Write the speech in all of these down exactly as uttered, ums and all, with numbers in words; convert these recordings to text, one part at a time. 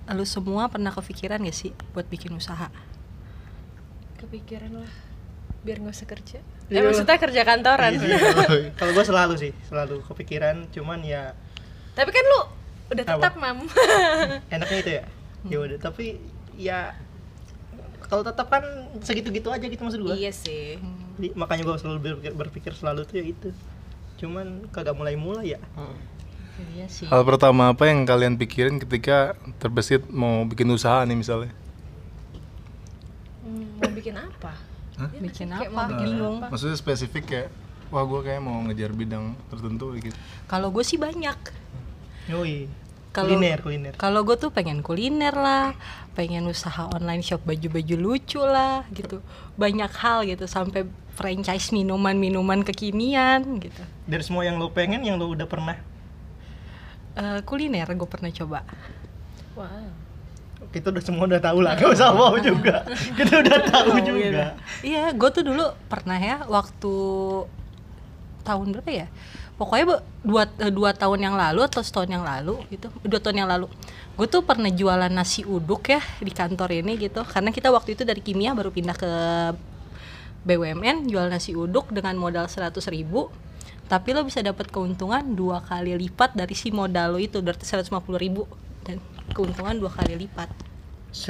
lu semua pernah kepikiran gak sih buat bikin usaha? Kepikiran lah, biar nggak usah kerja. Eh maksudnya kerja kantoran. Kalau gue selalu sih, selalu kepikiran, cuman ya. Tapi kan lu udah tetap mam. Enaknya itu ya. Ya udah, tapi ya kalau tetap kan segitu-gitu aja gitu maksud gue. Iya sih. Jadi, makanya gue selalu berpikir, berpikir selalu tuh ya itu. Cuman kagak mulai-mulai ya. Hmm. Iya sih. Hal pertama apa yang kalian pikirin ketika terbesit mau bikin usaha nih misalnya? Hmm, mau bikin apa? Hah? Ya, Bikin kayak apa? mau bikin Bingung. apa? Maksudnya spesifik kayak, wah gue kayak mau ngejar bidang tertentu gitu. Kalau gue sih banyak. Yoi. Kalau Kuliner, kuliner. Kalau gue tuh pengen kuliner lah, pengen usaha online shop baju-baju lucu lah gitu. Banyak hal gitu, sampai franchise minuman-minuman kekinian gitu. Dari semua yang lo pengen, yang lo udah pernah. Uh, kuliner gue pernah coba. Wow. Kita udah semua udah tahu lah, gak usah wow juga. Kita udah tahu Oh, juga. Iya, gue tuh dulu pernah ya waktu tahun berapa ya? Pokoknya dua, dua tahun yang lalu atau setahun yang lalu gitu, dua tahun yang lalu gue tuh pernah jualan nasi uduk ya di kantor ini gitu, karena kita waktu itu dari kimia baru pindah ke B U M N, jual nasi uduk dengan modal seratus ribu, tapi lo bisa dapat keuntungan dua kali lipat dari si modal lo itu, berarti seratus lima puluh ribu, dan keuntungan dua kali lipat. Se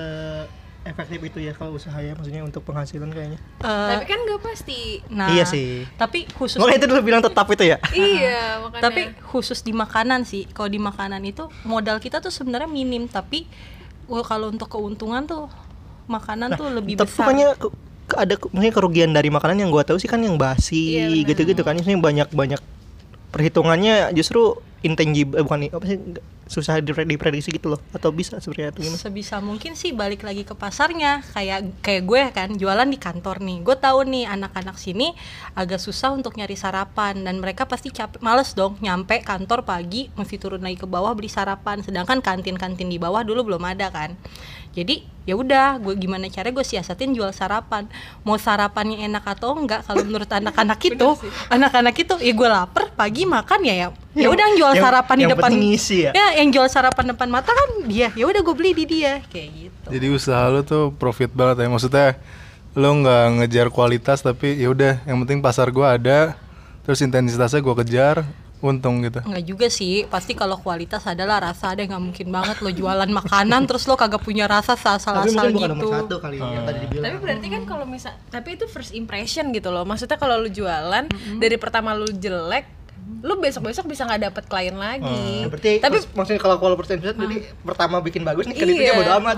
efektif itu ya kalau usaha ya, maksudnya untuk penghasilan kayaknya. Uh, Tapi kan gak pasti. Nah, iya sih. Tapi khusus makanya itu dulu bilang tetap itu ya. Iya, makanya. Tapi khusus di makanan sih. Kalau di makanan itu modal kita tuh sebenarnya minim, tapi well, kalau untuk keuntungan tuh makanan Nah, tuh lebih tapi besar. pokoknya ke, ke, ada maksudnya kerugian dari makanan yang gua tahu sih kan yang basi Iya, gitu-gitu kan. Maksudnya banyak-banyak perhitungannya justru intangible, eh, bukan apa sih, susah diprediksi gitu loh, atau bisa sebenarnya atau gimana? Sebisa mungkin sih balik lagi ke pasarnya, kayak kayak gue kan jualan di kantor nih, gue tahu nih anak-anak sini agak susah untuk nyari sarapan, dan mereka pasti capek, males dong nyampe kantor pagi mesti turun lagi ke bawah beli sarapan, sedangkan kantin-kantin di bawah dulu belum ada kan. Jadi ya udah, gue gimana caranya gue siasatin jual sarapan, mau sarapannya enak atau enggak, kalau menurut anak-anak itu anak-anak itu ya gue lapar pagi makan ya ya ya udah yang jual Yang- sarapan di yang depan penting ngisi ya? ya yang jual sarapan depan mata kan dia, ya udah gue beli di dia kayak gitu. Jadi usaha lo tuh profit banget ya, maksudnya lo nggak ngejar kualitas tapi ya udah yang penting pasar gue ada, terus intensitasnya gue kejar, untung gitu. Enggak juga sih, pasti kalau kualitas adalah rasa, ada nggak mungkin banget lo jualan makanan terus lo kagak punya rasa Tapi asal-asal mungkin bukan gitu. nomor satu kali yang tadi dibilang. Tapi berarti kan kalau misal, tapi itu first impression gitu loh. Maksudnya kalau lu jualan mm-hmm. dari pertama lu jelek, lu besok-besok bisa nggak dapet klien lagi. Hmm, berarti tapi mas- maksudnya kalau kalau persen persen jadi pertama bikin bagus nih, kedua Iya. bodo amat.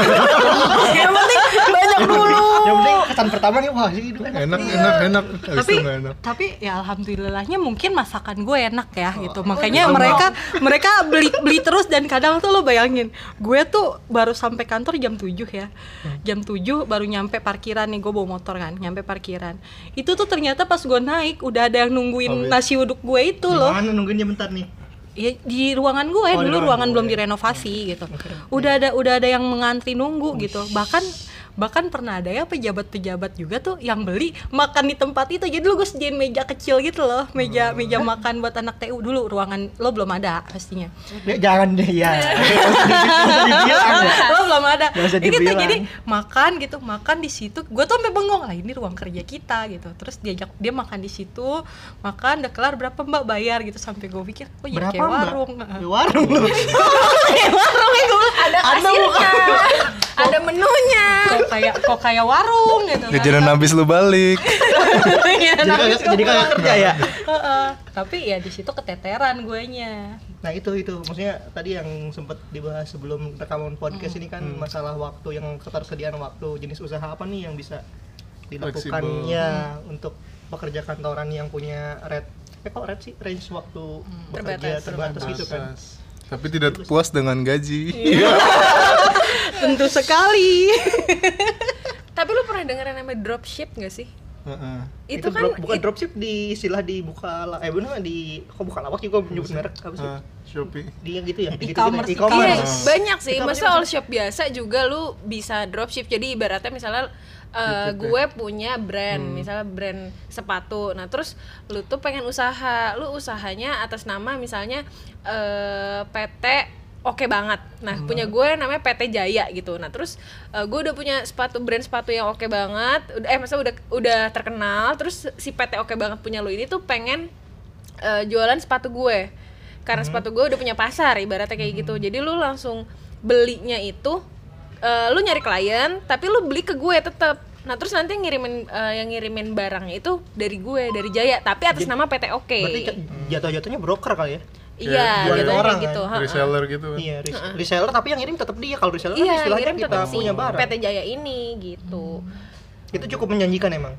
yang penting banyak dulu. Yang penting kesan pertama nih, wah sih enak. Enak, enak, enak. Habis Tapi itu nggak enak. tapi ya alhamdulillahnya mungkin masakan gue enak ya gitu. Makanya mereka mereka beli beli terus, dan kadang tuh lo bayangin, gue tuh baru sampai kantor jam tujuh ya. Jam tujuh baru nyampe parkiran nih, gue bawa motor kan, nyampe parkiran. Itu tuh ternyata pas gue naik udah ada yang nungguin nasi uduk gue itu loh. Mana nungguinnya bentar nih? Ya, di ruangan gue Oh, di dulu ruangan ruangan gue. belum direnovasi gitu. Udah ada udah ada yang mengantri nunggu gitu. Bahkan bahkan pernah ada ya pejabat-pejabat juga tuh yang beli makan di tempat itu. Jadi lu gue sediain meja kecil gitu loh, meja meja makan buat anak T U dulu. Ruangan lo belum ada pastinya. Ya, jangan deh ya. Nggak usah dibilang ya. Lo belum ada. Nggak usah Ya gitu, dibilang. jadi makan gitu, makan di situ. Gue tuh sampai bengong, ah ini ruang kerja kita gitu. Terus diajak dia makan di situ, makan udah kelar berapa Mbak bayar gitu, sampai gue pikir, oh jadi Berapa kayak Mbak? warung. Di warung lu. Kayak warung ya gue. Ada kasirnya, ada menunya. Kok kayak kok kayak warung gitu. Jajanan habis lu balik. Iya, Jadi nangis kagak jadi kagak kerja ya. Heeh. Tapi ya di situ keteteran guenya. Nah itu itu maksudnya tadi yang sempat dibahas sebelum rekaman podcast ini kan masalah waktu, yang ketersediaan waktu, jenis usaha apa nih yang bisa dilakukan Fleksibel. ya untuk pekerja kantoran yang punya red eh kok red sih range waktu bekerja Terbatas, terbatas gitu kan. Tapi tidak puas dengan gaji. Tentu sekali. Tapi lu pernah denger yang namanya dropship nggak sih? Heeh. Itu, kan drop, bukan it- dropship di istilah di buka eh bener di kok buka lawak juga menyebut merek apa sih? Ah, Shopee. Dia gitu ya, di E-commerce, gitu, e-commerce. Iya, e-commerce. banyak sih. E-commerce Maksudnya all maksud- shop biasa juga lu bisa dropship. Jadi ibaratnya misalnya uh, gue punya brand, misalnya brand sepatu. Nah, terus lu tuh pengen usaha, lu usahanya atas nama misalnya uh, P T oke banget. Nah, hmm. punya gue namanya P T Jaya gitu. Nah, terus uh, gue udah punya sepatu brand sepatu yang oke banget. Udah eh maksudnya udah udah terkenal. Terus si P T oke banget punya lu ini tuh pengen uh, jualan sepatu gue. Karena hmm. sepatu gue udah punya pasar ibaratnya kayak hmm. gitu. Jadi lu langsung belinya itu uh, lu nyari klien tapi lu beli ke gue tetap. Nah, terus nanti ngirimin uh, yang ngirimin barangnya itu dari gue, dari Jaya, tapi atas nama P T Oke. Berarti jatuh-jatuhnya broker kali ya? Iya, jual gitu orang kayak gitu. Kan? Reseller gitu kan. Iya, res- uh-uh. reseller tapi yang ngirim tetap dia. Kalau reseller iya, kan istilahnya ngirim kita si punya barang. P T Jaya ini gitu. Hmm. Itu cukup menjanjikan emang.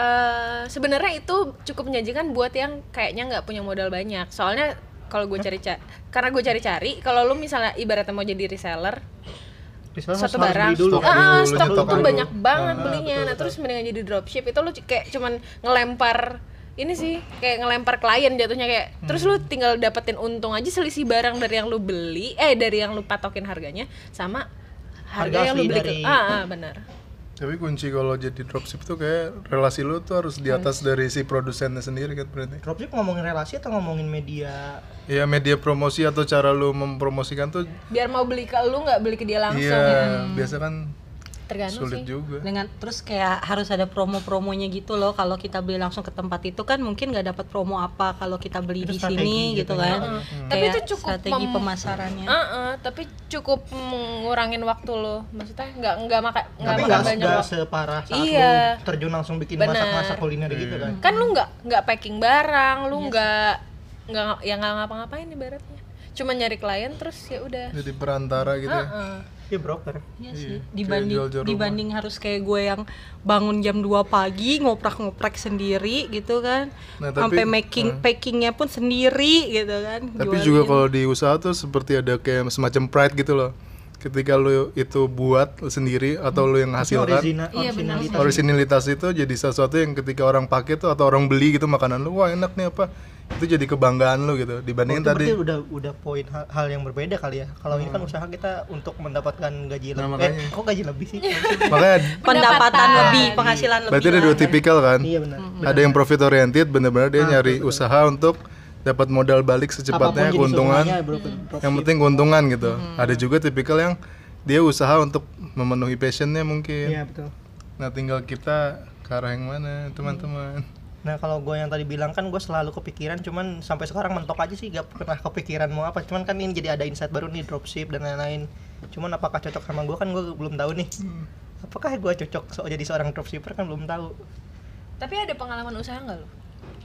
Uh, sebenarnya itu cukup menjanjikan buat yang kayaknya nggak punya modal banyak. Soalnya kalau gue cari cari karena gue cari-cari, kalau lu misalnya ibaratnya mau jadi reseller, reseller satu harus barang, beli dulu. stok, ah, dulu, stok nyetok tuh dulu. banyak banget Ah, belinya. betul, Nah, betul. terus mendingan jadi dropship itu lu kayak cuman ngelempar ini sih kayak ngelempar klien jatuhnya kayak hmm. terus lu tinggal dapetin untung aja selisih barang dari yang lu beli eh dari yang lu patokin harganya sama harga, Harga yang lu asli beli dari- ke ah, ah benar. Tapi kunci kalau jadi dropship tuh kayak relasi lu tuh harus di atas dari si produsennya sendiri kan berarti. Dropship ngomongin relasi atau ngomongin media? Iya, media promosi atau cara lu mempromosikan tuh Biar mau beli ke lu nggak beli ke dia langsung iya, gitu. biasa kan Tergantung sulit sih. juga. Dengan terus kayak harus ada promo-promonya gitu loh. Kalau kita beli langsung ke tempat itu kan mungkin nggak dapat promo apa kalau kita beli Itu di strategi sini gitu gitu ya. kan. Hmm. Kayak Tapi itu cukup strategi mem- pemasarannya. Uh-uh, tapi cukup ngurangin waktu lo. Maksudnya nggak nggak makan nggak Tapi makan nggak banyak nggak waktu. separah saat Iya. lu terjun langsung bikin Bener. masak-masak kuliner gitu kan. Kan lu nggak nggak packing barang, lu nggak nggak ya nggak ngapa-ngapain ibaratnya. Cuma nyari klien terus ya udah. Jadi perantara gitu ya. Uh-uh. Iya broker. Iya Iya, sih. kayak Dibanding jual-jual rumah. dibanding harus kayak gue yang bangun jam dua pagi ngoprak-ngoprek sendiri gitu kan. Nah, tapi- Sampai making uh. packingnya pun sendiri gitu kan. Tapi Jualin. juga kalau di usaha tuh seperti ada kayak semacam pride gitu loh. Ketika lu itu buat sendiri atau lu yang hasilkan, Original, Iya, benar. originalitas. originalitas itu jadi sesuatu yang ketika orang pakai tuh atau orang beli gitu makanan lu, wah enak nih apa, itu jadi kebanggaan lu gitu dibandingin Oh, itu tadi. berarti udah udah poin hal, hal yang berbeda kali ya. Kalau ini kan usaha kita untuk mendapatkan gaji Nah, lebih. makanya. Eh, kok gaji lebih sih? Makanya pendapatan Pendapatan. lebih, penghasilan lebih. berarti ada lah. dua tipikal kan. Iya benar. Ada yang profit oriented, bener-bener dia Ah, nyari betul, betul. usaha untuk dapat modal balik secepatnya, Apapun jenis keuntungan. usahanya, broker, dropship. Yang penting keuntungan gitu. Ada juga tipikal yang dia usaha untuk memenuhi passionnya mungkin. Iya betul. Nah tinggal kita ke arah yang mana teman-teman. Nah kalau gue yang tadi bilang kan gue selalu kepikiran, cuman sampai sekarang mentok aja sih, gak pernah kepikiran mau apa. Cuman kan ini jadi ada insight baru nih, dropship dan lain-lain. Cuman apakah cocok sama gue kan gue belum tahu nih. Apakah gue cocok so jadi seorang dropshipper kan belum tahu. Tapi ada pengalaman usaha nggak lo?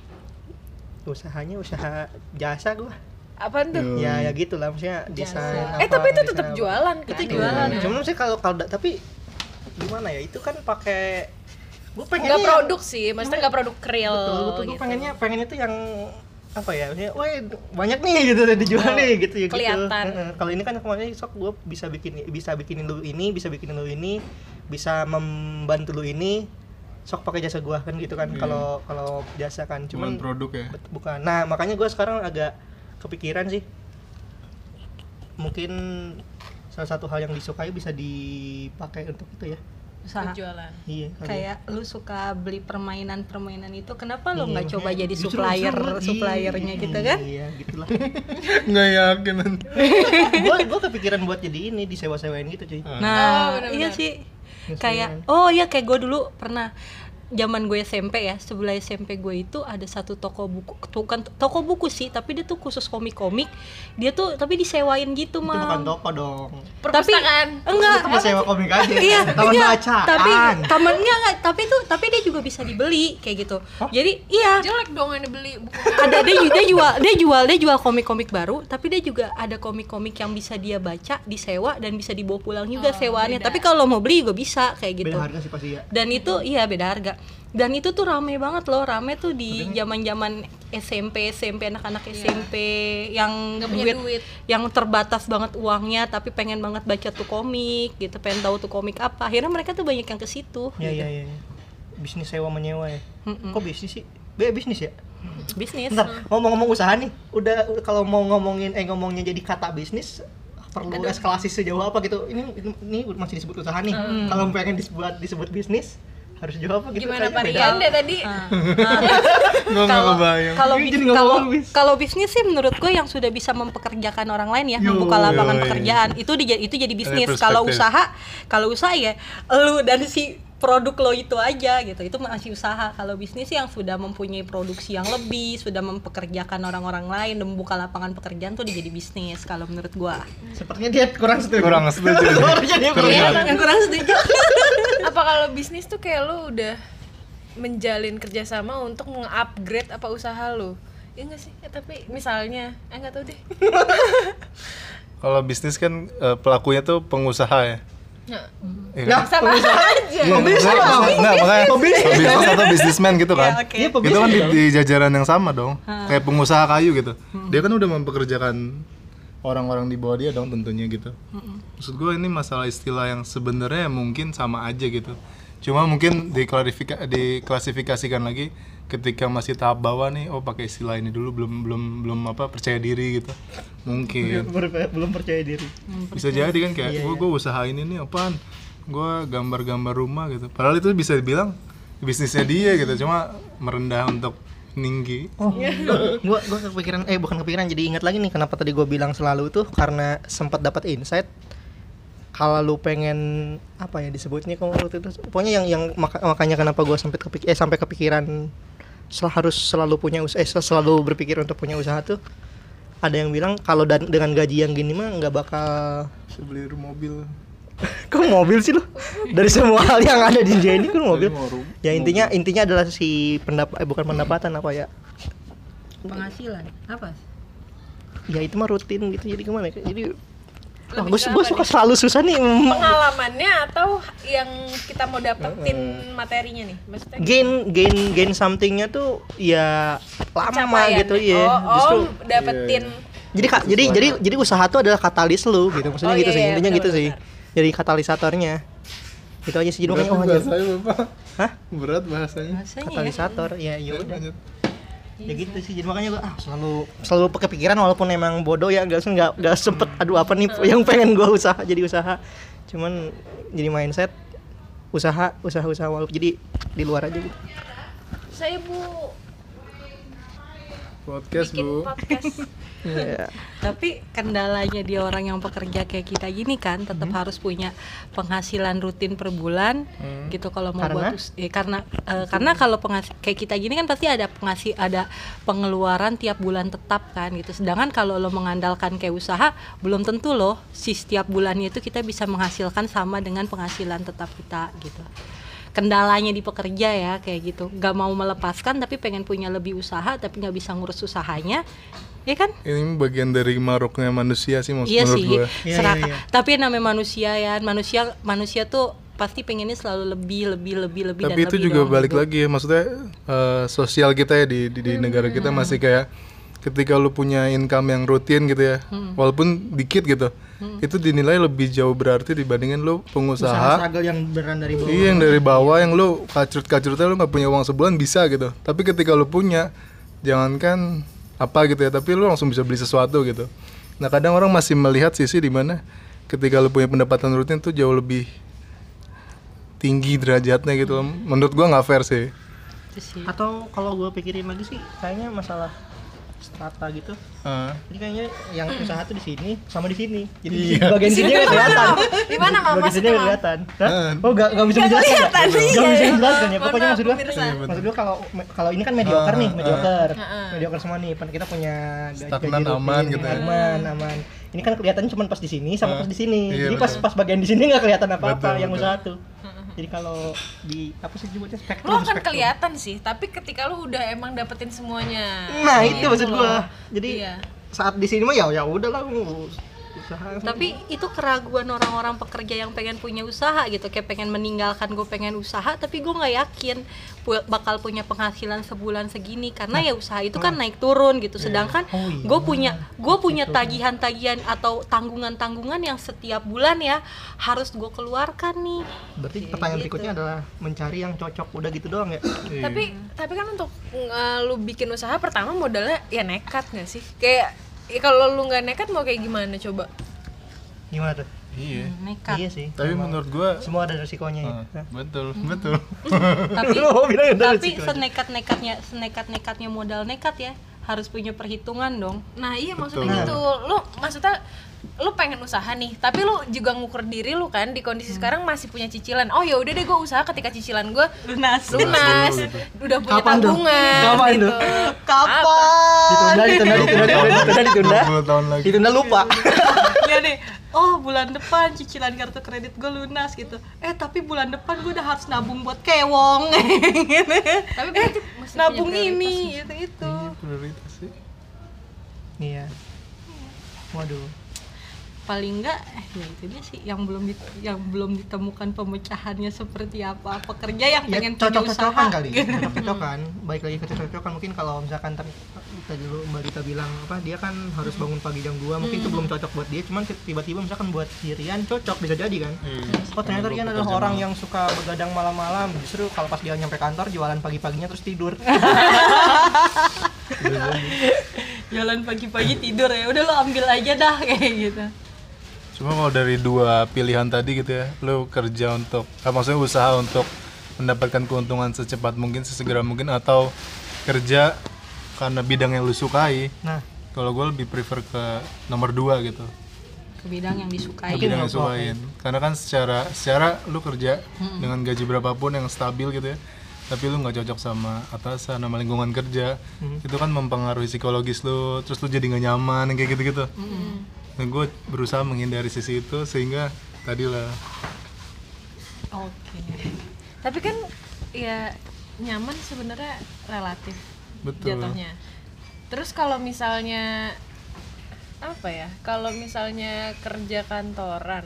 Usahanya usaha jasa gue. Apaan tuh? Ya ya gitulah maksudnya desain. Eh apa, tapi itu desain tetap apa. jualan kan? Itu jualan. Iya. Cuman sih kalau kalau da- tapi gimana ya, itu kan pakai gue pengen Nggak produk sih, maksudnya nggak produk real. betul betul gue gitu. pengennya pengennya tuh yang apa ya, maksudnya, wah banyak nih gitu udah dijual Oh, nih gitu ya gitu. kelihatan. Heeh. Kalau ini kan kemarin sok gue bisa bikin bisa bikinin lu ini, bisa bikinin lu ini, bisa membantu lu ini, sok pakai jasa gue kan gitu kan. Kalau kalau jasa kan cuman Cuman produk ya. bet- bukan. Nah makanya gue sekarang agak kepikiran sih, mungkin salah satu hal yang disukai bisa dipakai untuk itu ya. Usaha. Jualan. Iya kali ya. Kayak lu suka beli permainan-permainan itu, kenapa lu Iya, nggak coba makanya jadi justru- supplier justru- suppliernya iya, gitu kan? Iya gitulah. Nggak yakin. gue gue kepikiran buat jadi ini, disewa-sewain gitu cuy. Oh, Nah, benar-benar. iya sih. Yes, Kayak oh iya kayak gue dulu pernah zaman gue S M P ya, sebelah S M P gue itu ada satu toko buku, bukan toko buku sih, tapi dia tuh khusus komik-komik. Dia tuh tapi disewain gitu, Itu bukan Mam. toko dong. Perpustakaan. Enggak. Itu mau sewa komik aja. Iya, Taman enggak, bacaan. tapi taman enggak, enggak, tapi tuh tapi dia juga bisa dibeli kayak gitu. Jadi iya, Jelek dong yang dibeli buku. ada dia, dia jual dia jual dia jual komik-komik baru, tapi dia juga ada komik-komik yang bisa dia baca, disewa dan bisa dibawa pulang juga Oh, sewaannya. beda. Tapi kalau mau beli juga bisa kayak gitu. Beda harga sih pasti ya. Dan itu iya beda harga. Dan itu tuh rame banget loh, rame tuh di zaman-zaman S M P, S M P anak-anak S M P yang Nggak punya duit, duit. yang terbatas banget uangnya, tapi pengen banget baca tuh komik gitu, pengen tahu tuh komik apa. Akhirnya mereka tuh banyak yang ke situ. Iya gitu. iya iya. Bisnis sewa menyewa ya. Mm-mm. Kok bisnis sih? Be bisnis ya? Bisnis. Bentar, ngomong-ngomong usaha nih, udah udah- kalau mau ngomongin eh ngomongnya jadi kata bisnis perlu eskalasi sejauh apa gitu. Ini ini, ini masih disebut usaha nih. Kalau pengen disebut disebut bisnis harus jawab apa gitu. Gimana kayaknya Pak beda. Rian deh tadi? Ah, ah. Gua nggak Kalau kebayang. kalau Jadi bis- nggak kalau mau bis. kalau bisnis sih menurut gue yang sudah bisa mempekerjakan orang lain ya, Yo, membuka lapangan yo, pekerjaan itu di, itu jadi bisnis. perspektif. Kalau usaha, kalau usaha ya lu dan si produk lo itu aja gitu, itu masih usaha. Kalau bisnis yang sudah mempunyai produksi yang lebih, sudah mempekerjakan orang-orang lain dan membuka lapangan pekerjaan tuh dia jadi bisnis kalau menurut gua. Sepertinya dia kurang setuju. Kurang setuju. Sepertinya dia kurang Kurang. setuju. Yang kurang setuju. Apa kalau bisnis tuh kayak lu udah menjalin kerjasama untuk meng-upgrade apa usaha lu? Ya nggak sih? Ya, tapi misalnya, eh nggak tahu deh. Kalau bisnis kan eh, pelakunya tuh pengusaha ya. Nah, Iya. Nah, sama aja. Iya, maksudnya- maksudnya- Enggak, makanya pebisnis atau bisnismen gitu kan. Ya, oke. Iya, Itu kan di, pebisnis di jajaran yang sama dong. Kayak pengusaha kayu gitu. Dia kan udah mempekerjakan orang-orang di bawah dia dong tentunya gitu. Maksud gue ini masalah istilah yang sebenarnya mungkin sama aja gitu. Cuma mungkin diklarifikasi diklasifikasikan lagi ketika masih tahap bawah nih, oh pakai istilah ini dulu belum belum belum apa percaya diri gitu. Mungkin. Ber- belum percaya diri. Bisa jadi kan kayak Iya, gue gue usaha ini nih apaan, gue gambar-gambar rumah gitu, padahal itu bisa dibilang bisnisnya dia gitu, cuma merendah untuk tinggi. Oh, gua gua kepikiran eh bukan kepikiran jadi ingat lagi nih kenapa tadi gua bilang selalu tuh karena sempat dapat insight kalau lu pengen apa ya disebutnya kalau waktu itu pokoknya yang yang maka- makanya kenapa gua sampai kepik eh sampai kepikiran sel- harus selalu punya usaha eh, selalu berpikir untuk punya usaha tuh ada yang bilang kalau dan dengan gaji yang gini mah nggak bakal Bisa beli mobil. kok mobil sih lu dari semua hal yang ada di dunia ini kan mobil Tadi mau rum- ya intinya intinya adalah si pendapat eh, bukan pendapatan apa ya Penghasilan apa? ya itu mah rutin gitu jadi gimana ya? Jadi wah, Lebih gue ke gue apa suka nih? selalu susah nih mm, Pengalamannya atau yang kita mau dapetin materinya nih? Maksudnya gain gain gain somethingnya tuh ya lama pencapaian gitu nih. ya Oh, justru oh dapetin. jadi kak jadi jadi jadi usaha tuh adalah katalis lu gitu maksudnya Oh, gitu iya, sih iya, intinya benar, gitu sih benar. jadi katalisatornya itu aja sih jadi Berat makanya oh tuh aja bahasanya bapak. hah Berat bahasanya. Bahasanya ya. katalisator ya ya udah Lanjut. ya gitu sih jadi makanya gue ah selalu selalu pakai pikiran walaupun emang bodoh ya nggak nggak nggak sempet aduh apa nih yang pengen gue usaha jadi usaha cuman jadi mindset usaha usaha usaha walaupun jadi di luar aja gitu Saya Bu Podcast bikin bu. podcast. ya. Tapi kendalanya dia orang yang pekerja kayak kita gini kan tetap harus punya penghasilan rutin per bulan gitu kalau mau Karena? buat us- eh, karena eh, karena kalau penghas- kayak kita gini kan pasti ada pengasih ada pengeluaran tiap bulan tetap kan gitu. Sedangkan kalau lo mengandalkan kayak usaha belum tentu loh si setiap bulannya itu kita bisa menghasilkan sama dengan penghasilan tetap kita gitu. Kendalanya di pekerja ya kayak gitu, nggak mau melepaskan tapi pengen punya lebih usaha tapi nggak bisa ngurus usahanya, ya kan? Ini bagian dari maruknya manusia sih maksud Iya menurut sih, gue. Iya, serakah. iya, iya. Tapi namanya manusia ya, manusia manusia tuh pasti pengennya selalu lebih, lebih, lebih, lebih Tapi dan itu lebih juga doang balik gitu. lagi ya, maksudnya eh, sosial kita ya di di, di negara kita masih kayak ketika lu punya income yang rutin gitu ya, walaupun dikit gitu, itu dinilai lebih jauh berarti dibandingin lu usaha pengusaha. struggle yang beneran dari bawah Iya, yang dari bawah yang lu kacrut-kacrutnya lu nggak punya uang sebulan bisa gitu. Tapi ketika lu punya, jangankan apa gitu ya, tapi lu langsung bisa beli sesuatu gitu. Nah kadang orang masih melihat sisi dimana ketika lu punya pendapatan rutin tuh jauh lebih tinggi derajatnya gitu. Menurut gua nggak fair sih. Itu sih. atau kalau gue pikirin lagi sih kayaknya masalah strata gitu Ah. jadi kayaknya yang usaha tuh di sini sama di sini jadi di Iya. bagian sini nggak kelihatan Di mana Mam? bagian sini Maksudnya, nggak Mam? kelihatan Hah? Ah. oh nggak nggak bisa Nggak dijelaskan ya kelihatan, nggak iya, bisa iya. dijelaskan ya Mohon pokoknya maaf, maksud gue pemirsa. Iya, maksud gue kalau kalau ini kan mediocre nih Ah, mediocre ah. mediocre semua nih Pan kita punya gaji Stagnan, gaji aman rutin, gitu ya. aman aman ini kan kelihatan cuma pas di sini sama Ah. pas di sini Iya, jadi pas betul. pas bagian di sini nggak kelihatan apa apa Betul, yang betul. usaha tuh jadi kalau di apa sih disebutnya spektrum Lo akan spektrum. kelihatan sih, tapi ketika lo udah emang dapetin semuanya. Nah, itu Gitu maksud gua. loh. Jadi Iya. saat di sini mah ya ya udahlah gua usaha. Tapi itu keraguan orang-orang pekerja yang pengen punya usaha gitu, kayak pengen meninggalkan gue pengen usaha, tapi gue nggak yakin pu- bakal punya penghasilan sebulan segini karena ya usaha itu kan naik turun gitu. Sedangkan Oh, iya. gue punya gue punya tagihan-tagihan atau tanggungan-tanggungan yang setiap bulan ya harus gue keluarkan nih. Berarti Kayak pertanyaan gitu. berikutnya adalah mencari yang cocok udah gitu doang ya. Tapi tapi kan untuk uh, lu bikin usaha pertama modalnya ya nekat nggak sih? Kayak ya kalau lu nggak nekat mau kayak gimana coba? Gimana tuh? Iya. Hmm, nekat. Iya sih. Tapi emang menurut gua semua ada resikonya ya. ah, Nah. betul, betul. Tapi Lu bilang ada tapi resikonya. senekat-nekatnya senekat-nekatnya modal nekat ya, harus punya perhitungan dong. Nah iya maksudnya Betul. gitu, lu maksudnya lu pengen usaha nih, tapi lu juga ngukur diri lu kan di kondisi sekarang masih punya cicilan. Oh ya udah deh gue usaha ketika cicilan gue Lunas. lunas, dulu gitu. udah punya Kapan tuh? tabungan Kapan gitu. tuh? Kapan? Ditunda, ditunda, ditunda, ditunda, ditunda, ditunda. dua puluh tahun lagi. Ditunda lupa. Ya nih, oh bulan depan cicilan kartu kredit gue lunas gitu. Eh tapi bulan depan gue udah harus nabung buat kewong. Gitu. Tapi berarti mesti punya Nabung prioritas. ini, itu itu. Iya, prioritas sih. Iya. Waduh. Paling enggak, eh ya itu dia sih yang belum dit- yang belum ditemukan pemecahannya seperti apa. Pekerja yang Ya, pengen punya usaha. cocok-cocokan kali. Cocok-cocokan. Baik lagi ke cocok-cocokan. Mungkin kalau misalkan tadi tadi dulu Mbak Dita bilang apa dia kan harus bangun pagi jam dua, mungkin itu belum cocok buat dia, cuman tiba-tiba misalkan buat si Rian cocok, bisa jadi kan. Iya. Oh ternyata Karena Rian gua adalah pekerja orang malam. yang suka begadang malam-malam. Justru kalau pas dia nyampe kantor jualan pagi-paginya terus tidur. Jalan pagi-pagi tidur ya. Udah lo ambil aja dah kayak gitu. Cuma kalau dari dua pilihan tadi gitu ya, lu kerja untuk, ah, maksudnya usaha untuk mendapatkan keuntungan secepat mungkin, sesegera mungkin, atau kerja karena bidang yang lu sukai. Nah, Kalau gue lebih prefer ke nomor dua gitu, Ke bidang yang disukai. ke Mungkin bidang yang nggak sukain. Karena kan secara secara lu kerja dengan gaji berapapun yang stabil gitu ya, tapi lu nggak cocok sama atasan, sama lingkungan kerja, itu kan mempengaruhi psikologis lu, terus lu jadi nggak nyaman kayak gitu-gitu. Dan gue berusaha menghindari sisi itu sehingga tadilah Oke. Tapi kan ya nyaman sebenarnya relatif betul. jatuhnya. Terus kalau misalnya apa ya? Kalau misalnya kerja kantoran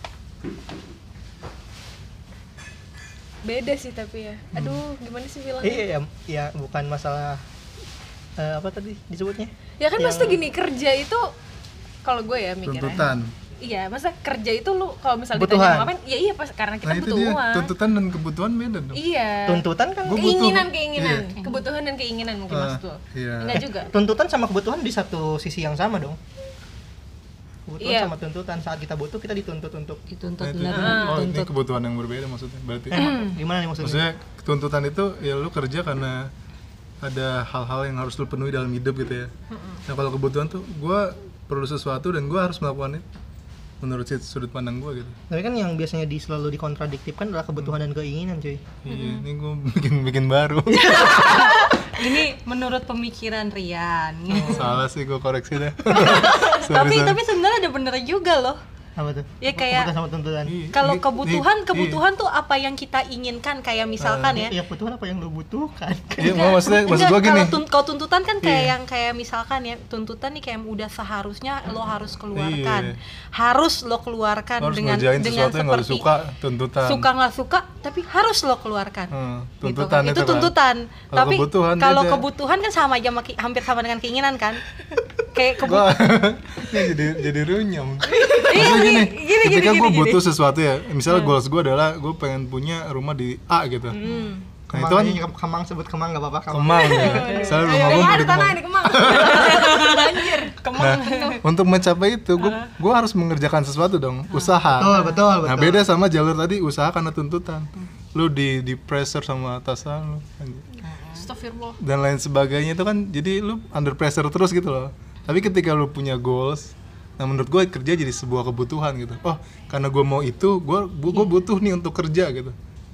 beda sih tapi ya. Aduh, gimana sih bilangnya? iya ya, ya bukan masalah eh, apa tadi disebutnya? Ya kan Yang- pasti gini, kerja itu kalau gue ya mikirnya. Tuntutan. Iya, masa kerja itu lu kalau misal Kebutuhan. ditanya mau ngapain? Ya iya pas karena kita Nah itu butuh dia, uang. tuntutan dan kebutuhan beda dong. Iya. Tuntutan kan Gua butuh. Keinginan, keinginan, Iya. kebutuhan dan keinginan mungkin Ah, maksud lo. iya. Enggak juga. tuntutan sama kebutuhan di satu sisi yang sama dong. Kebutuhan Iya. sama tuntutan, saat kita butuh kita dituntut untuk Dituntut Nah, itu- benar-benar oh, ini dituntut. kebutuhan yang berbeda maksudnya. Berarti gimana nih maksudnya? maksudnya tuntutan itu ya lu kerja karena ada hal-hal yang harus lu penuhi dalam hidup gitu ya. Nah kalau kebutuhan tuh gue perlu sesuatu dan gue harus melakukan itu menurut sudut pandang gue gitu. Tapi kan yang biasanya di, selalu dikontradiktifkan adalah kebutuhan dan keinginan, cuy. Iya, ini gue bikin bikin baru. Ini menurut pemikiran Rian. Salah sih, gue koreksi deh. tapi tapi sebenarnya ada bener juga loh. Apa tuh? Ya kayak- kebutuhan sama tuntutan. Iya, Kalau ini- kebutuhan, ini- kebutuhan tuh apa yang kita inginkan, kayak misalkan ya. Ya kebutuhan apa yang lo butuhkan? Iya, mau maksudnya maksud Enggak, gue gini. kalau tun- kalau tuntutan kan kayak Iya. yang kayak misalkan ya, tuntutan nih kayak udah seharusnya lo harus keluarkan. Iya. Harus lo keluarkan Harus dengan ngerjain dengan sesuatu yang gak lu seperti suka, tuntutan. suka nggak suka tapi harus lo keluarkan. Hmm, Gitu. tuntutan itu itu kan. tuntutan. Kalau Tapi kebutuhan kalau beda. kebutuhan kan sama aja sama ki- hampir sama dengan keinginan kan. Kayak Gue kebutuhan. jadi jadi runyam. Iya, Maksudnya gini, gini, gini, ketika gini, gue gini. butuh sesuatu ya, misalnya goals gue adalah gue pengen punya rumah di A gitu. Hmm. Nah Kemang itu kan aja, Kemang sebut Kemang nggak apa-apa. Kemang ya. Misalnya rumah Udah gue nggak mau ada di tanah Kemang. di Kemang. Banjir. Nah, untuk mencapai itu gue gue harus mengerjakan sesuatu dong, usaha. Betul, betul, betul. Nah beda sama jalur tadi, usaha karena tuntutan. Lu di di pressure sama atasan lu Astagfirullah. dan lain sebagainya itu kan jadi lu under pressure terus gitu loh. Tapi ketika lu punya goals, nah menurut gue kerja jadi sebuah kebutuhan gitu. Oh karena gue mau itu, gue gue butuh nih untuk kerja gitu.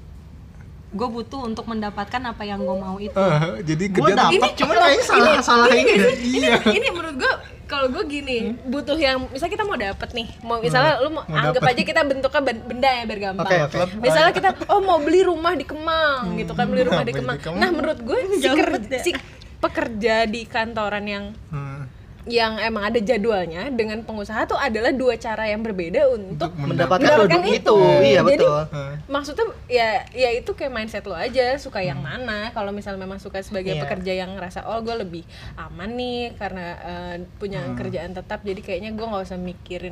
Gue butuh untuk mendapatkan apa yang gue mau itu. Ah, jadi Gue kerja tuh- dapat, cuman kayaknya salah salah ini deh. iya. Ini menurut gue kalau gue gini, butuh yang misalnya kita mau dapet nih, mau misalnya lu mau Mau anggap dapet. aja kita bentuknya ben- benda ya biar gampang. Oke, oke. Misalnya kita oh mau beli rumah di Kemang gitu kan, beli rumah di Beli di Kemang. Kemang. Nah, menurut gue si, Jauh ker- banget ya. si pekerja di kantoran yang Hmm, yang emang ada jadwalnya dengan pengusaha tuh adalah dua cara yang berbeda untuk untuk Mendapatkan mendapatkan produk itu. itu. Iya, Jadi, betul. Ah, maksudnya ya ya itu kayak mindset lo aja, suka yang mana. Kalau misalnya memang suka sebagai Iya. pekerja yang ngerasa oh gue lebih aman nih karena eh, punya kerjaan tetap, jadi kayaknya gue nggak usah mikirin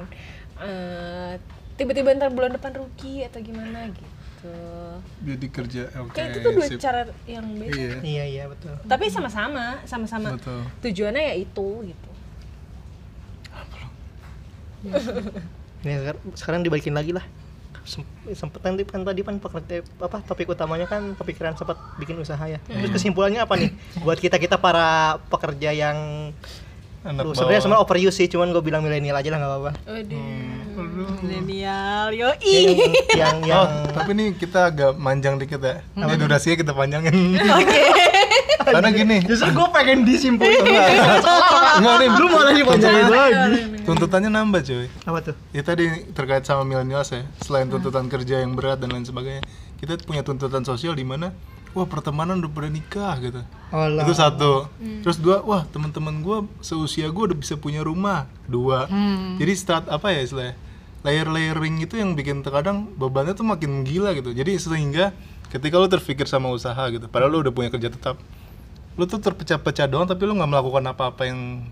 eh, tiba-tiba ntar bulan depan rugi atau gimana gitu. jadi kerja oke. Kayak itu tuh dua sip. cara yang beda. Iya. Iya, iya, betul. Tapi sama-sama, sama-sama Betul. tujuannya ya itu gitu. Ini sekarang- sekarang dibalikin lagi lah. Sem- sempet nanti kan tadi kan pekerja apa topik utamanya kan kepikiran sempat bikin usaha ya. Terus kesimpulannya apa nih buat kita kita para pekerja yang Anak Duh, sebenarnya bawah. semua overuse sih, cuman gue bilang milenial aja lah nggak apa-apa. Waduh. Milenial, Ya, yoi. yang yang, yang Oh, tapi nih kita agak manjang dikit ya. Ini durasinya kita panjangin. Karena gini. justru gue pengen disimpulin. Enggak nih, Lu malah dipanjangin lagi. tuntutannya nambah cuy. Apa tuh? Ya tadi terkait sama milenial ya, selain tuntutan kerja yang berat dan lain sebagainya, kita punya tuntutan sosial di mana wah pertemanan udah pada nikah gitu. Alah. Itu satu. Terus dua, wah teman-teman gue seusia gue udah bisa punya rumah. Dua. Jadi start apa ya istilahnya? Layer-layering itu yang bikin terkadang bebannya tuh makin gila gitu. Jadi sehingga ketika lu terpikir sama usaha gitu, padahal lu udah punya kerja tetap, lu tuh terpecah-pecah doang tapi lu nggak melakukan apa-apa yang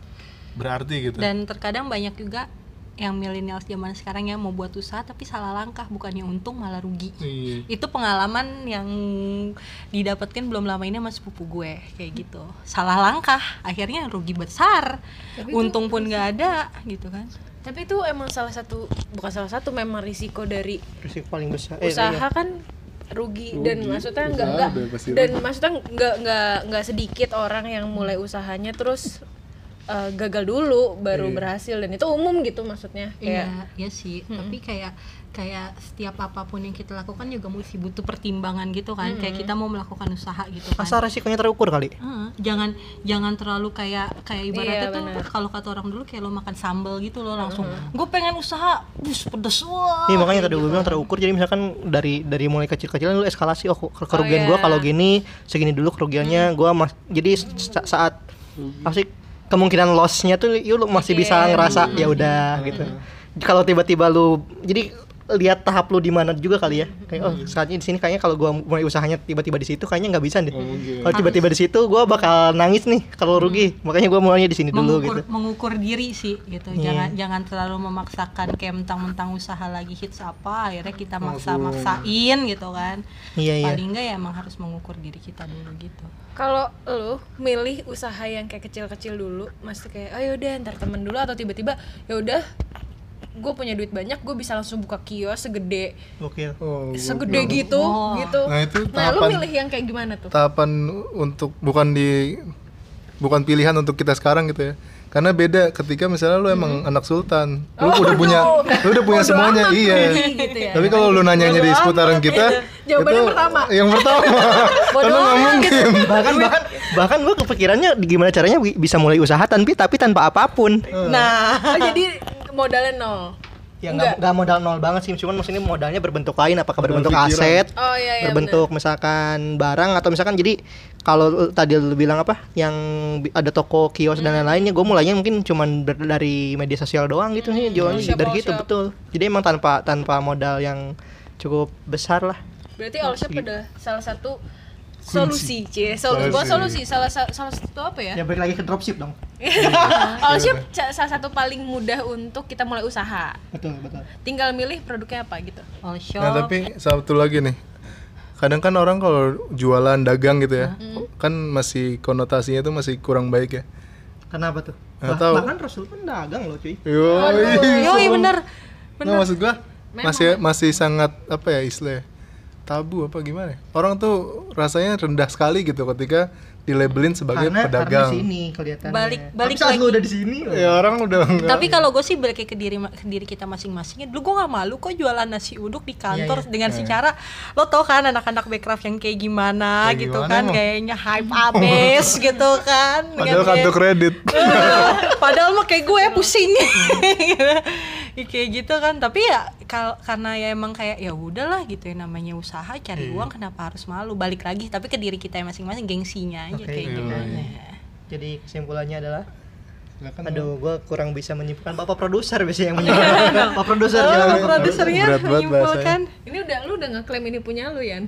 berarti gitu. Dan terkadang banyak juga yang milenial zaman sekarang yang mau buat usaha tapi salah langkah, bukannya untung malah rugi. Iya. Itu pengalaman yang didapatkan belum lama ini sama sepupu gue kayak gitu. Salah langkah, akhirnya rugi besar. Tapi itu- Untung pun nggak ada gitu kan. Tapi itu emang salah satu, bukan salah satu, memang risiko dari Risiko paling besar. Eh, usaha iya. kan rugi, dan Rugi, maksudnya usaha nggak nggak udah pasti dan rugi. maksudnya nggak nggak nggak sedikit orang yang mulai usahanya terus uh, gagal dulu baru Iya. berhasil, dan itu umum gitu maksudnya kayak Iya, iya sih. Tapi kayak kayak setiap apapun yang kita lakukan juga mesti butuh pertimbangan gitu kan. Kayak kita mau melakukan usaha gitu kan. Masa resikonya terukur kali? Heeh, jangan jangan terlalu kayak kayak ibaratnya Iya, tuh benar. kalau kata orang dulu kayak lo makan sambal gitu lo langsung gue pengen usaha bus pedes wah. Nih makanya tadi kayak gue gitu. bilang terukur, jadi misalkan dari dari mulai kecil-kecilan lu eskalasi, oh ke- kerugian iya. gua kalau gini segini dulu kerugiannya gua mas, jadi sa- saat pasti kemungkinan loss-nya tuh lu masih bisa Sedikit. ngerasa ya udah gitu. Kalau tiba-tiba lu jadi lihat tahap lu di mana juga kali ya. Kayak oh saatnya di sini kayaknya kalau gua mulai usahanya tiba-tiba di situ kayaknya nggak bisa deh. mungkin. Kalau tiba-tiba di situ gua bakal nangis nih kalau rugi. Makanya gua mulainya di sini dulu mengukur, gitu. mengukur diri sih gitu. Iya. Jangan jangan terlalu memaksakan kayak mentang-mentang usaha lagi hits apa akhirnya kita maksa-maksain gitu kan. Iya iya. Paling enggak ya emang harus mengukur diri kita dulu gitu. kalau lu milih usaha yang kayak kecil-kecil dulu, mesti kayak ayo deh ntar temen dulu, atau tiba-tiba ya udah gue punya duit banyak, gue bisa langsung buka kios segede Gokil. Oh, segede gitu Oh. gitu. Nah, itu Nah, lu tahapan- milih yang kayak gimana tuh? tahapan untuk bukan di bukan pilihan untuk kita sekarang gitu ya. Karena beda ketika misalnya lu emang anak sultan, lu udah punya lu udah punya semuanya, iya. gitu ya. Tapi kalau lu nanyanya di seputaran kita, Jawabannya itu pertama. yang pertama. Karena nggak mungkin. bahkan bahkan bahkan gue kepikirannya gimana caranya bi- bisa mulai usaha tapi tapi tanpa apapun. Nah, Oh, jadi modalnya nol. Ya nggak nggak modal nol banget sih, cuman maksudnya modalnya berbentuk lain, apakah berbentuk pikiran. aset, Oh iya iya. berbentuk misalkan barang, atau misalkan jadi kalau tadi lu bilang apa yang bi- ada toko kios dan lain-lainnya, gue mulainya mungkin cuman ber- dari media sosial doang gitu sih, jualan all shop, dari all gitu shop. betul. Jadi emang tanpa tanpa modal yang cukup besar lah. Berarti all shop ada salah satu solusi, cie. Solusi. Bukan solusi, salah sa- salah satu apa ya? Ya balik lagi ke dropship dong. All shop ca- salah satu paling mudah untuk kita mulai usaha. Betul betul. Tinggal milih produknya apa gitu. all shop. Nah, tapi satu lagi nih. Kadang kan orang kalau jualan dagang gitu ya, kan masih konotasinya tuh masih kurang baik ya. Kenapa tuh? Nggak Bah- tahu. Bahkan Rasul pun dagang loh cuy. Yoi. Yoi bener. Nah, maksud gua Memang. masih masih sangat apa ya istilahnya? Tabu apa gimana? Orang tuh rasanya rendah sekali gitu ketika dilabelin sebagai Karena karena pedagang. di sini kelihatannya. Balik- balik Tapi saat lagi. lu udah di sini. Ya orang udah enggak. Tapi kalau gue sih balik ke diri ke diri kita masing-masing. Dulu gue nggak malu kok jualan nasi uduk di kantor Iya, iya. dengan secara lo tau kan anak-anak backcraft yang kayak gimana Kayak gitu gimana kan emang? kayaknya hype abis gitu kan. Padahal Dengan kartu kayak- kredit. Padahal mah kayak gue pusing. Ya, kayak gitu kan. Tapi ya kal- karena ya emang kayak ya udahlah gitu ya, namanya usaha cari Iya. uang, kenapa harus malu? Balik lagi tapi ke diri kita masing-masing, gengsinya aja Oke, kayak iya. gimana. Jadi kesimpulannya adalah Silakan, aduh, gua kurang bisa menyimpulkan. Bapak produser biasanya yang menyimpulkan. Pak produser Oh, jangan. produsernya Berat banget menyimpulkan. Ini udah lu udah ngeklaim ini punya lu, Yan.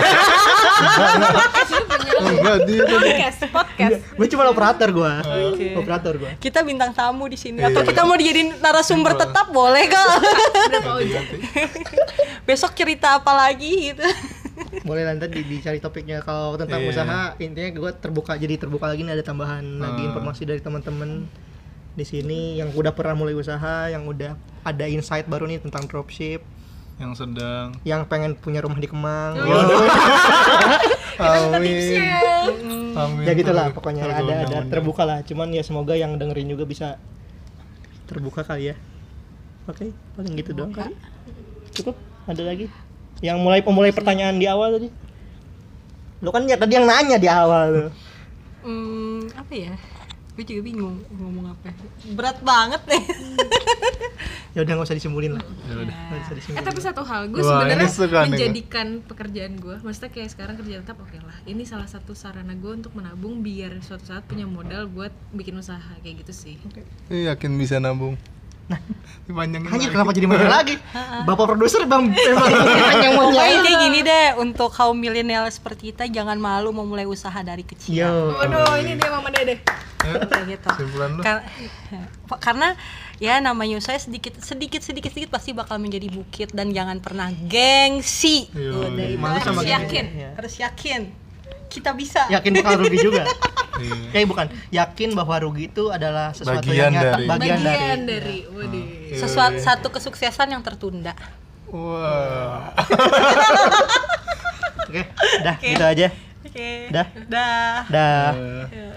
Oh, enggak dia tuh. Podcast, podcast. Gue cuma operator gua. Oke. Operator gua. Kita bintang tamu di sini Iya. atau kita mau dijadiin narasumber tetap boleh kok. Berapa ojek? Besok cerita apa lagi gitu. Boleh lanjut di, dicari topiknya. Kalau tentang Iya. usaha intinya gua terbuka, jadi terbuka lagi nih, ada tambahan lagi Hmm. informasi dari teman-teman. di sini yang udah pernah mulai usaha, yang udah ada insight baru nih tentang dropship, yang sedang yang pengen punya rumah di Kemang. Kita minta Amin. tipsnya. Amin. Ya gitulah Terus- pokoknya terus ada ada undang-undang. terbuka lah. Cuman ya semoga yang dengerin juga bisa terbuka kali ya. Oke, paling gitu doang kali. Cukup? Ada lagi? Yang mulai pemulai pertanyaan di awal tadi. Lo kan ya tadi yang nanya di awal tuh. Hmm, apa ya? Gue juga bingung ngomong apa. Berat banget deh. Ya udah nggak usah disimpulin lah. Ya udah. Nggak usah Eh disimpulin. tapi satu hal, gue Wah, sebenarnya ini suka nih, menjadikan pekerjaan gue, maksudnya kayak sekarang kerja tetap oke lah. Ini salah satu sarana gue untuk menabung biar suatu saat punya modal buat bikin usaha kayak gitu sih. Eh, yakin bisa nabung? Nah, dipanjangin Hanya lagi. kenapa jadi mana lagi? Bapak produser bang memang panjang Pokoknya maunya. intinya gini deh, untuk kaum milenial seperti kita jangan malu memulai usaha dari kecil. Yo. Waduh, ini dia Mama Dede. Kayak gitu. Simpulan lu. Kar- karena ya namanya usaha sedikit sedikit sedikit sedikit pasti bakal menjadi bukit dan jangan pernah gengsi. Yo, Udah iya. itu Malu sama harus gengsi. yakin, Iya. harus yakin kita bisa. Yakin bakal rugi juga. Iya. Kayak bukan yakin bahwa rugi itu adalah sesuatu Bagian yang nyata, dari- bagian, Bagian dari. dari, waduh. Sesuatu satu kesuksesan yang tertunda. Wah. Oke, dah gitu aja. Oke. Dah. Dah. Dah. Eh.